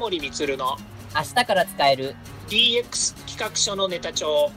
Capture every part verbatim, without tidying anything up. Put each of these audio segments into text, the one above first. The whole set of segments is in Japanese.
森充の明日から使えるディーエックス 企画書のネタ帳。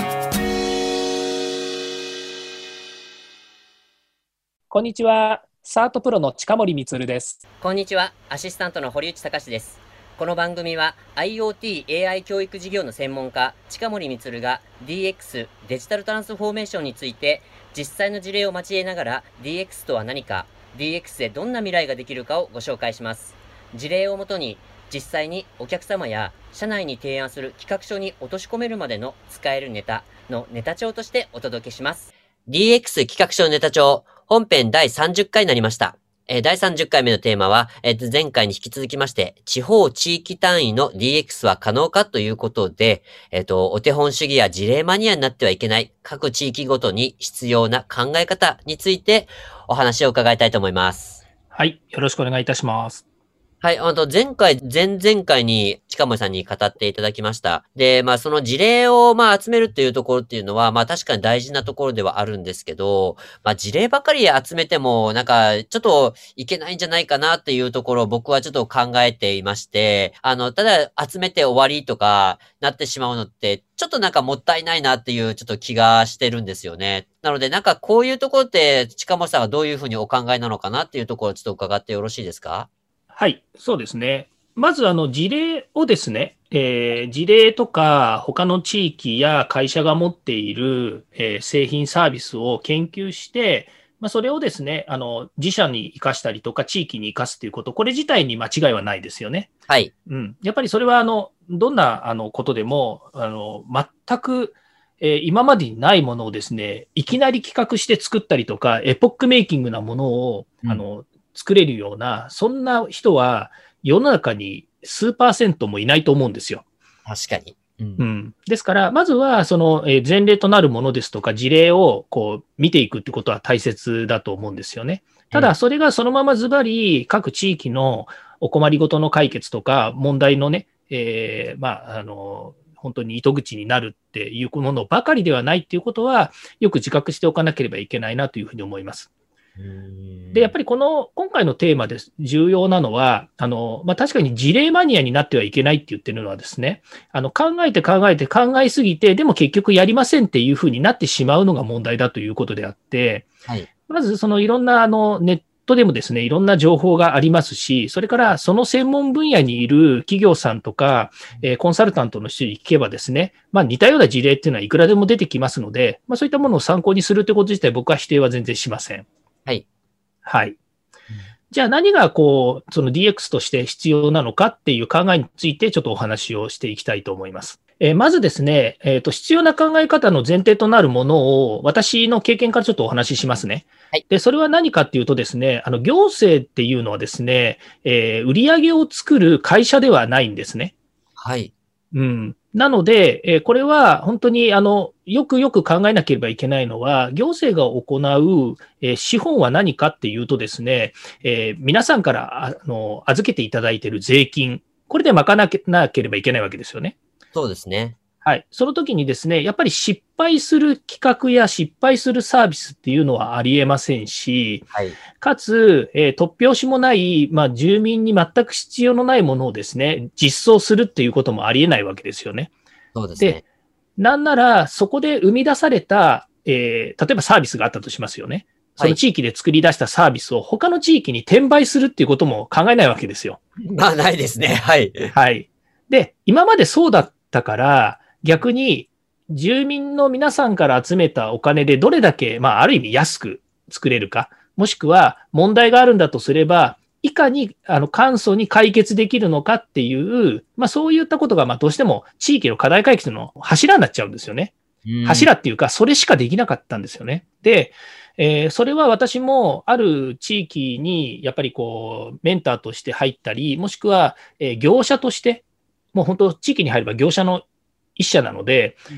こんにちは、サートプロの近森充です。 こんにちは、アシスタントの堀内隆です。この番組は IoT、エーアイ 教育事業の専門家、近森充が ディーエックス、デジタルトランスフォーメーションについて実際の事例を交えながら ディーエックス とは何か、ディーエックス でどんな未来ができるかをご紹介します。事例をもとに実際にお客様や社内に提案する企画書に落とし込めるまでの使えるネタのネタ帳としてお届けします。ディーエックス 企画書ネタ帳本編だいさんじゅっかいになりました。えー、だいさんじゅっかいめのテーマは、えー、前回に引き続きまして、地方地域単位の ディーエックス は可能かということで、えっと、お手本主義や事例マニアになってはいけない各地域ごとに必要な考え方についてお話を伺いたいと思います。 はい、よろしくお願いいたします。 はい、あと前回、前々回に近森さんに語っていただきました。で、まあその事例をまあ集めるっていうところっていうのは、まあ確かに大事なところではあるんですけど、まあ事例ばかり集めてもなんかちょっといけないんじゃないかなっていうところを僕はちょっと考えていまして、あの、ただ集めて終わりとかなってしまうのって、ちょっとなんかもったいないなっていうちょっと気がしてるんですよね。なのでなんかこういうところって近森さんがどういうふうにお考えなのかなっていうところをちょっと伺ってよろしいですか？ はい、そうですね。まず、あの事例をですね、えー事例とか、他の地域や会社が持っている、えー製品サービスを研究して、まあ、それをですね、あの自社に生かしたりとか、地域に生かすということ、これ自体に間違いはないですよね。 はい。 うん、やっぱりそれはあのどんなあのことでもあの全く、えー今までにないものをですね、いきなり企画して作ったりとか、エポックメイキングなものを、 うんあの作れるような、そんな人は世の中に数パーセントもいないと思うんですよ。 確かに。うん。 うん、ですから、まずはそのえー前例となるものですとか、事例をこう見ていくってことは大切だと思うんですよね。ただ、 うん。 それがそのままズバリ各地域のお困りごとの解決とか、問題のね、えーまあ、あの、本当に糸口になるっていうものばかりではないっていうことは、よく自覚しておかなければいけないなというふうに思います。 うーで、やっん。 ぱりこの今回のテーマで重要なのは、あのまあ、確かに事例マニアになってはいけないって言ってるのはですね、あの考えて考えて考えすぎて、でも結局やりませんっていうふうになってしまうのが問題だということであって、 はい。 まずそのいろんなあのネットでもですね、いろんな情報がありますし、それからその専門分野にいる企業さんとか、えーコンサルタントの人に聞けばですね、まあ、似たような事例っていうのはいくらでも出てきますので、まあ、そういったものを参考にするということ自体、僕は否定は全然しません。 はい。 はい。 うん。 じゃあ何がこう、その ディーエックス として必要なのかっていう考えについてちょっとお話をしていきたいと思います。えーまずですね、えーと、必要な考え方の前提となるものを私の経験からちょっとお話ししますね。 はい。 で、それは何かっていうとですね、あの行政っていうのはですね、えー売上を作る会社ではないんですね。 はい。 うん、なので、えーこれは本当にあのよくよく考えなければいけないのは、行政が行う、えー資本は何かっていうとですね、えー皆さんからあの預けていただいている税金、これで賄わなければいけないわけですよね。 そうですね。 はい。その時にですね、やっぱり失敗する企画や失敗するサービスっていうのはありえませんし、 はい。 かつ、えー突拍子もない、まあ、住民に全く必要のないものをですね、実装するっていうこともありえないわけですよね。で、 そうですね。 なんなら、そこで生み出された、えー例えばサービスがあったとしますよね。そのはい。 地域で作り出したサービスを他の地域に転売するっていうことも考えないわけですよ。 まあ、ないですね。はい。 はい。で、今までそうだったから、逆に住民の皆さんから集めたお金でどれだけ、まあ、ある意味安く作れるか、もしくは問題があるんだとすれば、いかにあの簡素に解決できるのかっていう、まあ、そういったことがまあどうしても地域の課題解決の柱になっちゃうんですよね。 うん。 柱っていうか、それしかできなかったんですよね。で、えーそれは私もある地域にやっぱりこうメンターとして入ったり、もしくは、えー業者として、もう本当、地域に入れば業者の一社なので、 うん。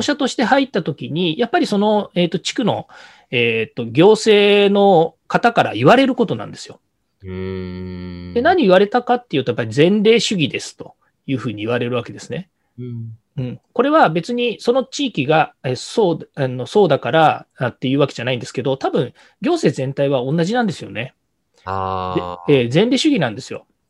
業者として入ったときに、やっぱりその、えーと地区の、えーと行政の方から言われることなんですよ。 うで、 ーん。 何言われたかっていうと、やっぱり前例主義ですというふうに言われるわけですね。 うん。 うん、これは別にその地域がえそうあのそうだからあっていうわけじゃないんですけど、多分行政全体は同じなんですよね。で、 ああ。 えー前例主義なんですよ。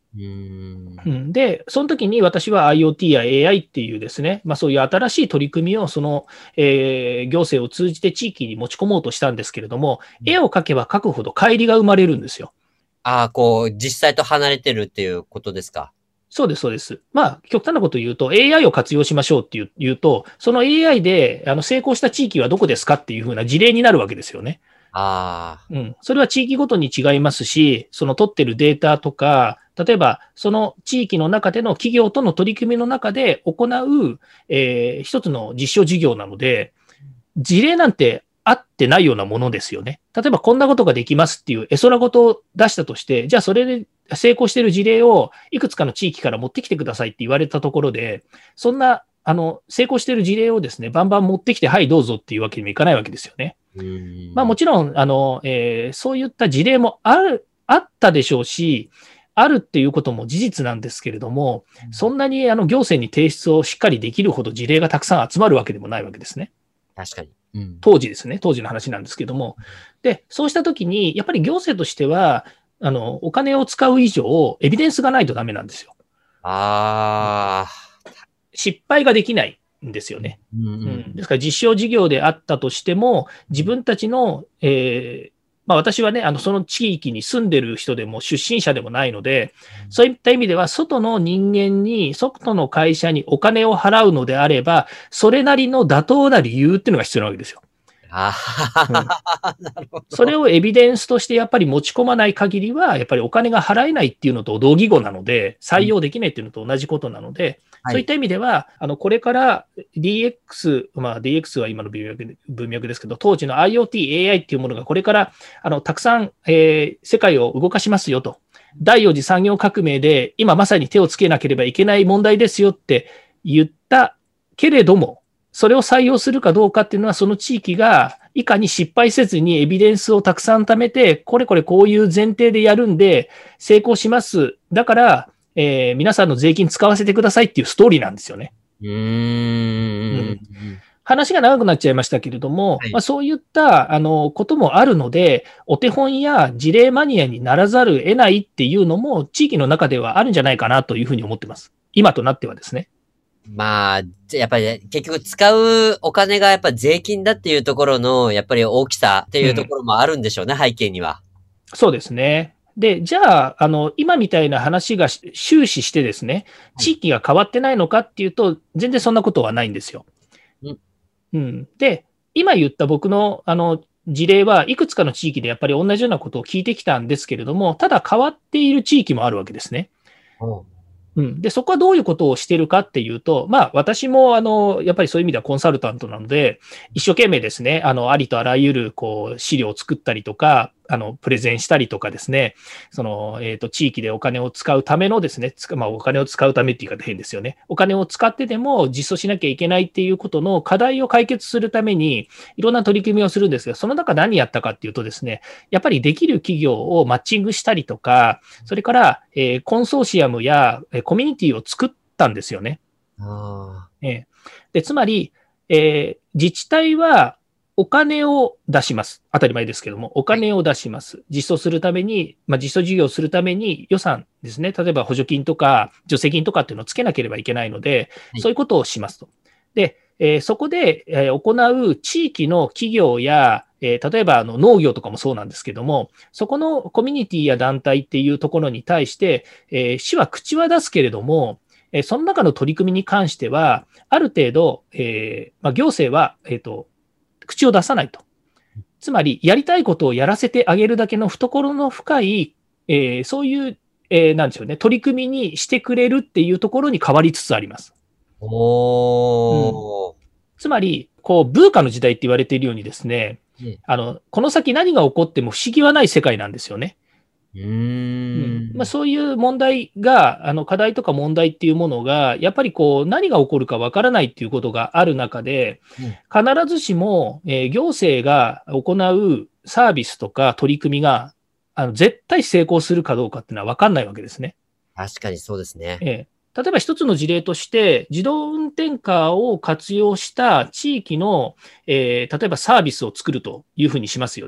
うーん。 うん、で、その時に私は IoT や エーアイ っていうですね、まあ、そういう新しい取り組みをその、えー行政を通じて地域に持ち込もうとしたんですけれども、絵を描けば描くほど乖離が生まれるんですよ。 ああ、こう、実際と離れてるっていうことですか。 そうです、そうです。まあ、極端なことを言うと、エーアイ を活用しましょうっていう言うと、その エーアイ であの成功した地域はどこですかっていうふうな事例になるわけですよね。 ああ、 うん。それは地域ごとに違いますし、その取ってるデータとか、例えば、その地域の中での企業との取り組みの中で行う、えー一つの実証事業なので、事例なんてあってないようなものですよね。例えば、こんなことができますっていう絵空事を出したとして、じゃあそれで成功している事例をいくつかの地域から持ってきてくださいって言われたところで、そんな、あの、成功している事例をですね、バンバン持ってきて、はい、どうぞっていうわけにもいかないわけですよね。 うーまあもん。 ちろん、あの、えーそういった事例もある、あったでしょうし、あるっていうことも事実なんですけれども、そんなにあの行政に提出をしっかりできるほど事例がたくさん集まるわけでもないわけですね。 確かに。うん。 当時ですね、当時の話なんですけども。で、そうしたときに、やっぱり行政としては、あの、お金を使う以上、エビデンスがないとダメなんですよ。 ああ、 失敗ができないんですよね。 うんううん、 ん。 ですから実証事業であったとしても、自分たちの、えーまあ、私はね、あのその地域に住んでる人でも出身者でもないので、そういった意味では、外の人間に、外の会社にお金を払うのであれば、それなりの妥当な理由っていうのが必要なわけですよ。 あうん、 あ、なるほど。 それをエビデンスとしてやっぱり持ち込まない限りは、やっぱりお金が払えないっていうのと同義語なので、採用できないっていうのと同じことなので、 はい。 そういった意味では、あのこれから ディーエックス、まあ、ディーエックス は今の文脈文脈ですけど、当時の IoT、エーアイ っていうものがこれからあのたくさん、えー世界を動かしますよと。第四次産業革命で今まさに手をつけなければいけない問題ですよって言ったけれども、それを採用するかどうかっていうのは、その地域がいかに失敗せずにエビデンスをたくさん貯めて、これこれこういう前提でやるんで、成功します。だから、えー皆さんの税金使わせてくださいっていうストーリーなんですよね。 うーん。 うん、話が長くなっちゃいましたけれども、 はい。 まあ、そういったあのこともあるので、お手本や事例マニアにならざるを得ないっていうのも、地域の中ではあるんじゃないかなというふうに思ってます。今となってはですね。 まあ、じゃやっぱりね、結局使うお金がやっぱ税金だっていうところの、やっぱり大きさっていうとうん、 ころもあるんでしょうね、背景には。 そうですね。で、じゃあ、あの、今みたいな話がし終始してですね、 はい。 地域が変わってないのかっていうと、全然そんなことはないんですよ。 うん。 うん。で、今言った僕の、あの、事例はいくつかの地域でやっぱり同じようなことを聞いてきたんですけれども、ただ変わっている地域もあるわけですね。 おう。 うん、で、そこはどういうことをしているかっていうと、まあ、私も、あの、やっぱりそういう意味ではコンサルタントなので、一生懸命ですね、あの、ありとあらゆる、こう、資料を作ったりとか、あの、プレゼンしたりとかですね、その、えっ、と、地域でお金を使うためのですね、つかまあ、お金を使うためって言い方変ですよね。お金を使ってでも実装しなきゃいけないっていうことの課題を解決するために、いろんな取り組みをするんですが、その中何やったかっていうとですね、やっぱりできる企業をマッチングしたりとか、それから、えーコンソーシアムやえーコミュニティを作ったんですよね。 あえーでつまり、えー自治体はお金を出します。当たり前ですけども、おあ、はい。 金を出します。実装するために、まあ、実装事業をするために予算ですね。例えば補助金とか助成金とかっていうのをつけなければいけないので、 はい。 そういうことをしますと。で、えーそこで、えー行う地域の企業や、えー例えばあの農業とかもそうなんですけども、そこのコミュニティや団体っていうところに対して、えー市は口は出すけれども、えーその中の取り組みに関しては、ある程度、えーまあ、行政は、えーと、口を出さないと。つまり、やりたいことをやらせてあげるだけの懐の深い、えーそういう、えーなんでしょうね、取り組みにしてくれるっていうところに変わりつつあります。うん、 おー。 つまり、こう、ブーカの時代って言われているようにですね、 ね。 あの、この先何が起こっても不思議はない世界なんですよね。 ううん。まあ、 ーん。 そういう問題が、あの、課題とか問題っていうものが、やっぱりこう、何が起こるかわからないっていうことがある中で、 ね。 必ずしも、えー行政が行うサービスとか取り組みが、あの、絶対成功するかどうかっていうのはわかんないわけですね。 確かにそうですね。 ええ、例えば一つの事例として、自動運転カーを活用した地域の、えー例えばサービスを作るというふうにしますよね。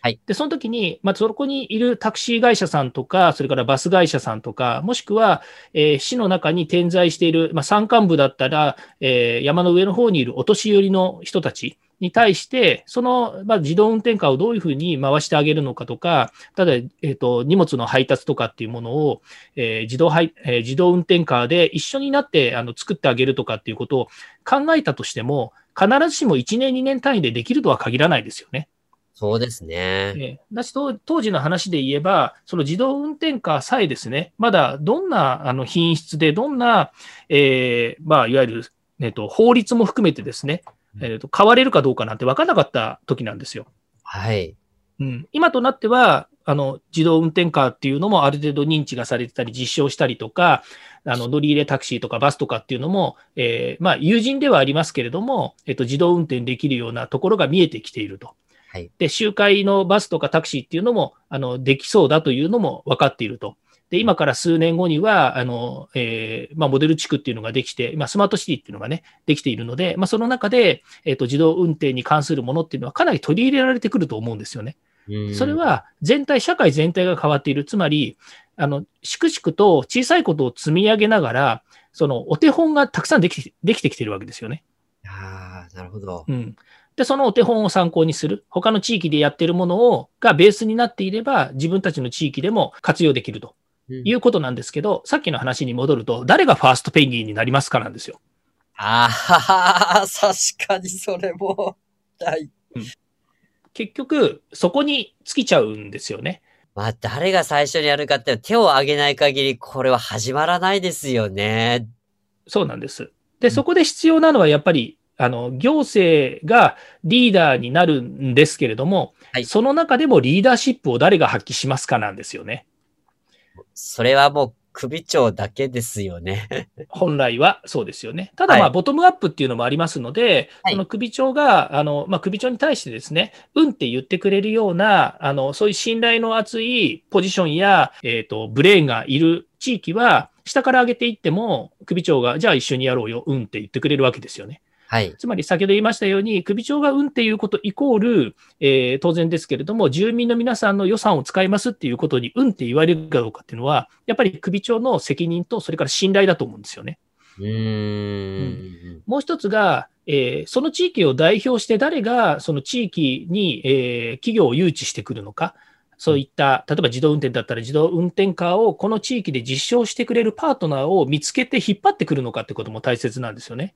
はい。 で、その時に、まあ、そこにいるタクシー会社さんとか、それからバス会社さんとか、もしくは、えー市の中に点在している、まあ、山間部だったら、えー山の上の方にいるお年寄りの人たちに対して、その、まあ、自動運転カーをどういうふうに回してあげるのかとか、ただ、えーと、荷物の配達とかっていうものを、えー自動配えー自動運転カーで一緒になってあの作ってあげるとかっていうことを考えたとしても、必ずしもいちねん、にねん単位でできるとは限らないですよね。 そうですね。 えーだし当当時の話で言えば、その自動運転カーさえですね、まだどんなあの品質で、どんな、えーまあ、いわゆる、えーと、法律も含めてですね、えーと、変われるかどうかなんて分からなかった時なんですよ。 はい。 うん、今となってはあの、自動運転カーっていうのもある程度認知がされてたり、実証したりとか、あの乗り入れタクシーとかバスとかっていうのも、えーまあ、友人ではありますけれども、えっと、自動運転できるようなところが見えてきていると。 はい。 で、周回のバスとかタクシーっていうのも、あの、できそうだというのも分かっていると。で、今から数年後には、あの、えーまあ、モデル地区っていうのができて、まあ、スマートシティっていうのがね、できているので、まあ、その中で、えっと、自動運転に関するものっていうのはかなり取り入れられてくると思うんですよね。それは全体、社会全体が変わっている。つまり、あの、粛々と小さいことを積み上げながら、そのお手本がたくさんできて、できてきてるわけですよね。 ああ、なるほど。 うん。で、そのお手本を参考にする。他の地域でやってるものを、がベースになっていれば、自分たちの地域でも活用できるとうん、 いうことなんですけど、さっきの話に戻ると、誰がファーストペンギンになりますかなんですよ。 ああ、確かにそれも、はい。 うん。結局、そこに尽きちゃうんですよね。 まあ、誰が最初にやるかって手を挙げない限り、これは始まらないですよね。 そうなんです。で、 うん、 そこで必要なのはやっぱり、あの、行政がリーダーになるんですけれども、 はい。 その中でもリーダーシップを誰が発揮しますかなんですよね。 それはもう首長だけですよね。 本来はそうですよね。ただ、まあ、 はい。 ボトムアップっていうのもありますので、 はい。 その首長が、あの、まあ、首長に対してですね、うんって言ってくれるような、あの、そういう信頼の厚いポジションや、えっと、ブレーンがいる地域は、下から上げていっても、首長が、じゃあ一緒にやろうよ、うんって言ってくれるわけですよね。 はい。 つまり先ほど言いましたように、首長がうんっていうことイコール、えー当然ですけれども、住民の皆さんの予算を使いますっていうことにうんって言われるかどうかっていうのは、やっぱり首長の責任と、それから信頼だと思うんですよね。 ううん、 ーん。 もう一つが、えーその地域を代表して誰がその地域に、えー企業を誘致してくるのか、そういった、例えば自動運転だったら自動運転カーをこの地域で実証してくれるパートナーを見つけて引っ張ってくるのかってことも大切なんですよね。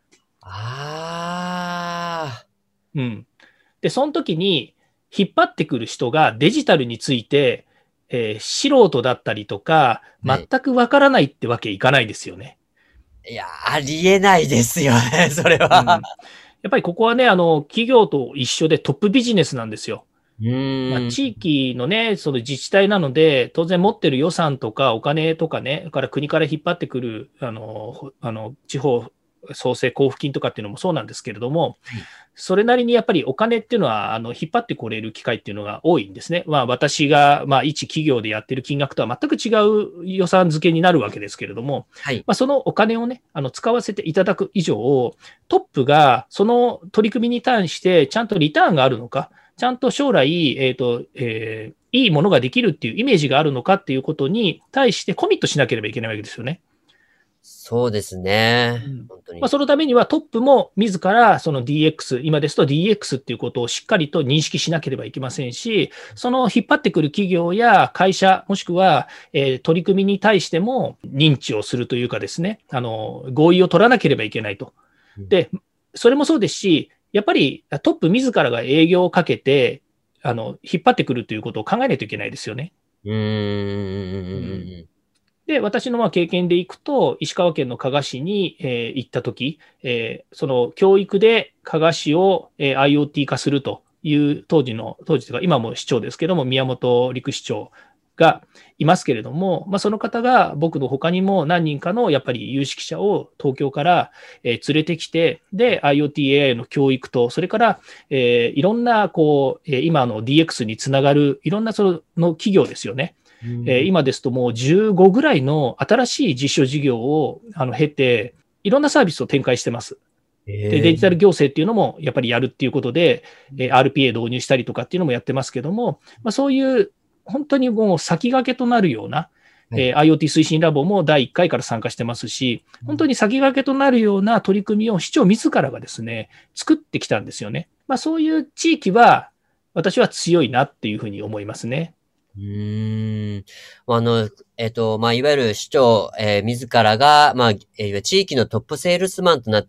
ああ。 うん。で、その時に引っ張ってくる人がデジタルについて、えー素人だったりとか、全はい。 くわからないってわけいかないですよね。 いや、ありえないですよね、それは。 うん。やっぱりここはね、あの、企業と一緒でトップビジネスなんですよ。 うまあ、 ーん。 地域のね、その自治体なので、当然持ってる予算とかお金とかね、から国から引っ張ってくる、あの、あの地方創生交付金とかっていうのもそうなんですけれども、 はい。 それなりにやっぱりお金っていうのは、あの、引っ張ってこれる機会っていうのが多いんですね。まあ、私が、まあ、一企業でやってる金額とは全く違う予算付けになるわけですけれども、 はい。 まあ、そのお金をね、あの、使わせていただく以上、トップがその取り組みに対してちゃんとリターンがあるのか、ちゃんと将来、えっと、えーいいものができるっていうイメージがあるのかっていうことに対してコミットしなければいけないわけですよね。 そうですね。 うん。まあ、 ほんとに。 そのためにはトップも自らその ディーエックス、今ですと ディーエックス っていうことをしっかりと認識しなければいけませんし、その引っ張ってくる企業や会社、もしくは、えー取り組みに対しても認知をするというかですね、あの、合意を取らなければいけないと。 うん。 で、それもそうですし、やっぱりトップ自らが営業をかけて、あの、引っ張ってくるということを考えないといけないですよね。 うーん、うんうんうんうん。 うんうん。 で、私のまあ経験でいくと、石川県の加賀市に、えー行ったとき、えーその教育で加賀市を、えー IoT 化するという当時の、当時というか今も市長ですけども、宮本陸市長がいますけれども、まあ、その方が僕の他にも何人かのやっぱり有識者を東京から、えー連れてきて、で、IoT、エーアイ の教育と、それから、えーいろんな、こう、えー今の ディーエックス につながるいろんなそのの企業ですよね。えー、 うん。 今ですともうじゅうごぐらいの新しい実証事業をあの経て、いろんなサービスを展開してます。 で、デジタル行政っていうのもやっぱりやるっていうことで、えー、アールピーエー 導入したりとかっていうのもやってますけども、まあ、そういう本当にもう先駆けとなるような、えー、IoT 推進ラボもだいいっかいから参加してますし、本当に先駆けとなるような取り組みを市長自らがですね、作ってきたんですよね。まあ、そういう地域は私は強いなっていうふうに思いますね。 うーん。あの、えっと、まあ、いわゆる市長、えー、自らが、まあ、えー、地域のトップセールスマンとなって、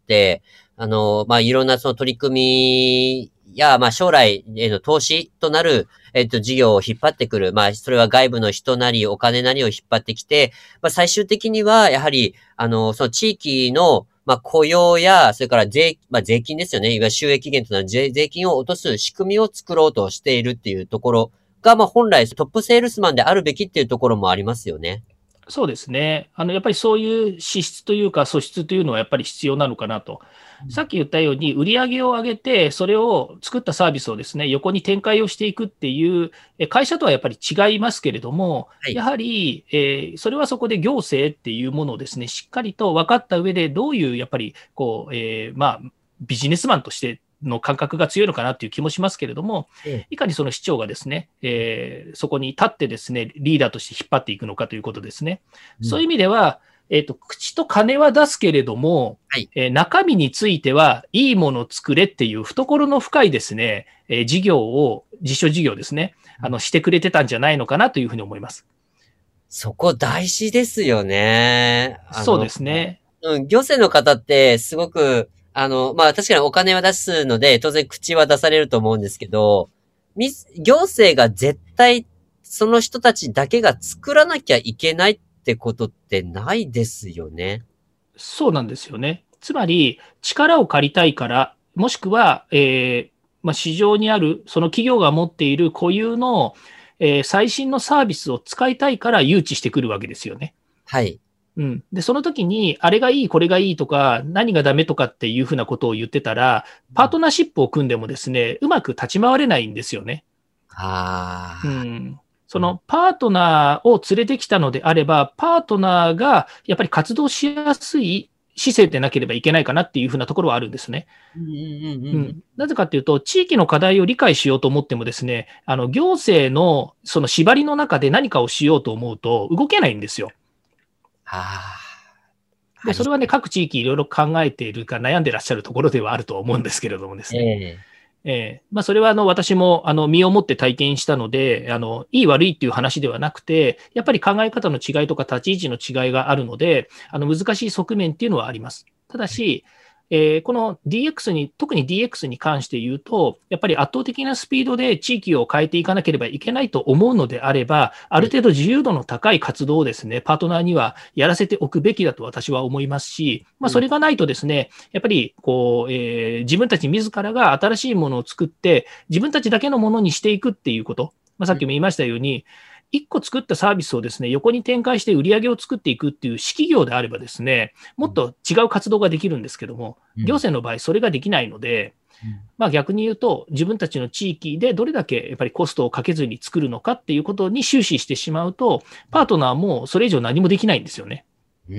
あの、まあ、いろんなその取り組みや、まあ、将来への投資となる、えっと、事業を引っ張ってくる。まあ、それは外部の人なり、お金なりを引っ張ってきて、まあ、最終的には、やはり、あの、その地域の、まあ、雇用や、それから税、まあ、税金ですよね。いわゆる収益源となる税、税金を落とす仕組みを作ろうとしているっていうところが、まあ、本来トップセールスマンであるべきっていうところもありますよね。 そうですね。あの、やっぱりそういう資質というか素質というのはやっぱり必要なのかなと。さっき言ったように、売り上げを上げて、それを作ったサービスをですね、横に展開をしていくっていう、会社とはやっぱり違いますけれども、 はい。 やはり、えーそれはそこで行政っていうものをですね、しっかりと分かった上で、どういう、やっぱり、こう、えーまあ、ビジネスマンとしての感覚が強いのかなっていう気もしますけれども、 ええ。 いかにその市長がですね、えーそこに立ってですね、リーダーとして引っ張っていくのかということですね。そういう意味では、えっと、口と金は出すけれども、 はい。 えー中身についてはいいものを作れっていう懐の深いですね、えー事業を、実証事業ですね、あの、してくれてたんじゃないのかなというふうに思います。 そこ大事ですよね。あそうでの、 すね。 うん、行政の方ってすごく、あの、まあ確かにお金は出すので、当然口は出されると思うんですけど、み、行政が絶対その人たちだけが作らなきゃいけないってことってないですよね。 そうなんですよね。つまり、力を借りたいから、もしくは、えーまあ、市場にある、その企業が持っている固有の、えー最新のサービスを使いたいから誘致してくるわけですよね。 はい。 うん。で、その時に、あれがいい、これがいいとか、何がダメとかっていうふうなことを言ってたら、パートナーシップを組んでもですね、うまく立ち回れないんですよね。うああ。 ん。そのパートナーを連れてきたのであれば、パートナーがやっぱり活動しやすい姿勢でなければいけないかなっていうふうなところはあるんですね。 うんうんうんうん。 うん。なぜかっていうと、地域の課題を理解しようと思ってもですね、あの、行政のその縛りの中で何かをしようと思うと動けないんですよ。 ああ。 で、 あり、 それはね、各地域いろいろ考えているか悩んでらっしゃるところではあると思うんですけれどもですえね。 え。 えーまあ、それはあの私もあの身をもって体験したので、あのいい悪いっていう話ではなくて、やっぱり考え方の違いとか立ち位置の違いがあるので、あの難しい側面っていうのはあります。ただし、えーこの ディーエックス に、特に ディーエックス に関して言うと、やっぱり圧倒的なスピードで地域を変えていかなければいけないと思うのであれば、ある程度自由度の高い活動をですね、パートナーにはやらせておくべきだと私は思いますし、まあ、それがないとですね、やっぱりこう、えー自分たち自らが新しいものを作って、自分たちだけのものにしていくっていうこと、まあ、さっきも言いましたように、いっこ作ったサービスをですね、横に展開して売り上げを作っていくっていう私企業であればですね、もっと違う活動ができるんですけども、行政の場合それができないので、まあ、逆に言うと、自分たちの地域でどれだけやっぱりコストをかけずに作るのかっていうことに終始してしまうと、パートナーもそれ以上何もできないんですよね。 う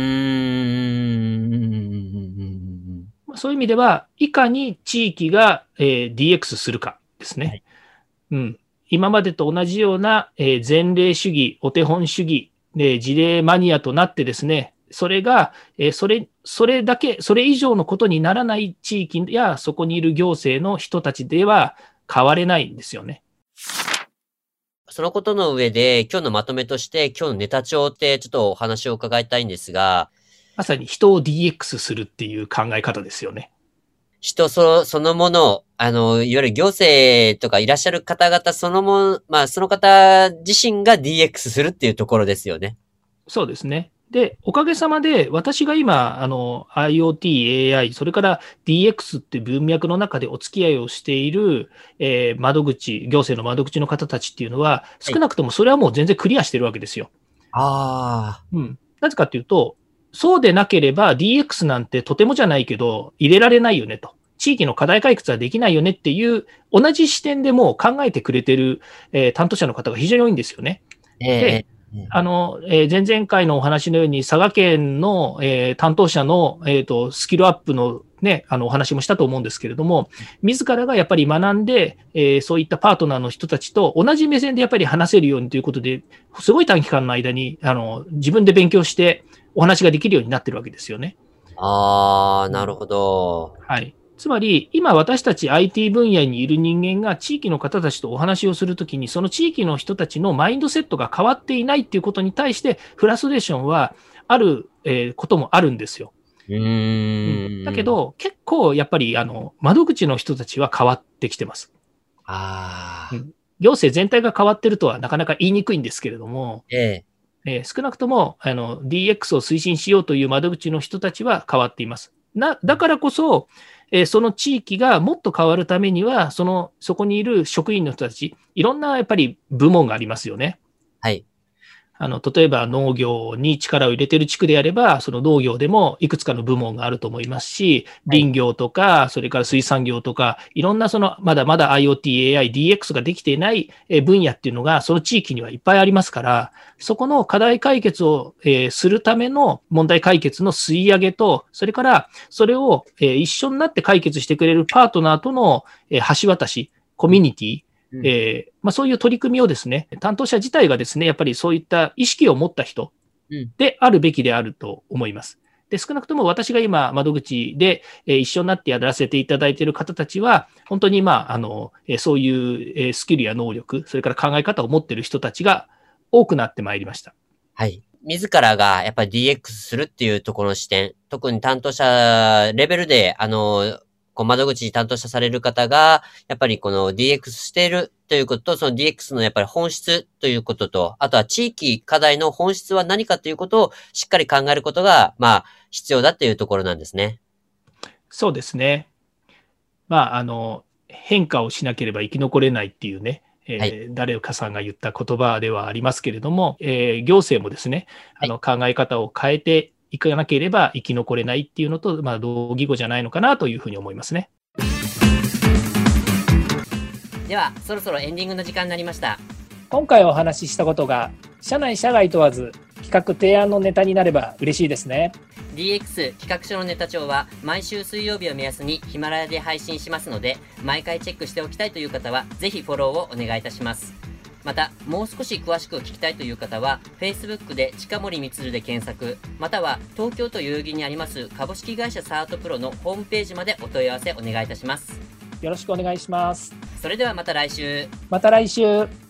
ーん。 そういう意味では、いかに地域が、えー ディーエックス するかですね。うん。今までと同じような、えー前例主義、お手本主義、で事例マニアとなってですね、それが、えーそれ、それだけ、それ以上のことにならない地域や、そこにいる行政の人たちでは変われないんですよね。 そのことの上で、今日のまとめとして、今日のネタ帳ってちょっとお話を伺いたいんですが、 まさに人を ディーエックス するっていう考え方ですよね。 人そ、そのもの、あの、いわゆる行政とかいらっしゃる方々そのもの、まあ、その方自身が ディーエックス するっていうところですよね。 そうですね。で、おかげさまで、私が今、あの、IoT、エーアイ、それから ディーエックス っていう文脈の中でお付き合いをしている、えー窓口、行政の窓口の方たちっていうのは、 はい。 少なくともそれはもう全然クリアしてるわけですよ。 ああ、 うん。なぜかっていうと、そうでなければ ディーエックス なんてとてもじゃないけど、入れられないよねと。地域の課題解決はできないよねっていう、同じ視点でもう考えてくれてる、えー担当者の方が非常に多いんですよね。 ええ、えで、 え。 あの、えー前々回のお話のように、佐賀県の、えー担当者の、えーと、スキルアップのね、あの、お話もしたと思うんですけれども、自らがやっぱり学んで、えーそういったパートナーの人たちと同じ目線でやっぱり話せるようにということで、すごい短期間の間に、あの、自分で勉強してお話ができるようになってるわけですよね。 ああ、なるほど。 はい。つまり、今私たち アイティー 分野にいる人間が地域の方たちとお話をするときに、その地域の人たちのマインドセットが変わっていないっていうことに対して、フラストレーションはある、えーこともあるんですよ。 うーん。 だけ、ど、結構やっぱりあの窓口の人たちは変わってきてます。 ああ、 うん行政全体が変わってるとはなかなか言いにくいんですけれども、 ええ、 えー少なくともあの ディーエックス を推進しようという窓口の人たちは変わっています。なだからこそ、えーその地域がもっと変わるためには、そのそこにいる職員の人たち、いろんなやっぱり部門がありますよね。 はい。 あの例えば農業に力を入れている地区であれば、その農業でもいくつかの部門があると思いますし、 はい。 林業とか、それから水産業とか、いろんなそのまだまだ IoT、エーアイ、ディーエックス ができていないえ分野っていうのが、その地域にはいっぱいありますから、そこの課題解決をえーするための問題解決の吸い上げと、それからそれをえー一緒になって解決してくれるパートナーとのえー橋渡し、コミュニティ、 うん。 えーまあ、そういう取り組みをですね、担当者自体がですね、やっぱりそういった意識を持った人うん。 であるべきであると思います。で、少なくとも私が今、窓口で、えー一緒になってやらせていただいている方たちは、本当に、まあ、あの、えーそういうえースキルや能力、それから考え方を持っている人たちが多くなってまいりました。 はい。自らがやっぱり ディーエックス するっていうところの視点、特に担当者レベルで、あの、こう窓口に担当者される方が、やっぱりこの ディーエックス しているということと、その ディーエックス のやっぱり本質ということと、あとは地域課題の本質は何かということをしっかり考えることが、まあ、必要だっていうところなんですね。 そうですね。まあ、あの、変化をしなければ生き残れないっていうね、 はい。 えー誰かさんが言った言葉ではありますけれども、えー行政もですね、 はい。 あの考え方を変えていかなければ生き残れないっていうのと、まあ、同義語じゃないのかなというふうに思いますね。 では、そろそろエンディングの時間になりました。 今回お話ししたことが、社内社外問わず、企画提案のネタになれば嬉しいですね。 ディーエックス 企画書のネタ帳は毎週水曜日を目安にヒマラヤで配信しますので、毎回チェックしておきたいという方はぜひフォローをお願いいたします。また、もう少し詳しく聞きたいという方は Facebook で近森光で検索、または東京都代々木にあります株式会社サートプロのホームページまでお問い合わせお願いいたします。 よろしくお願いします。 それではまた来週。 また来週。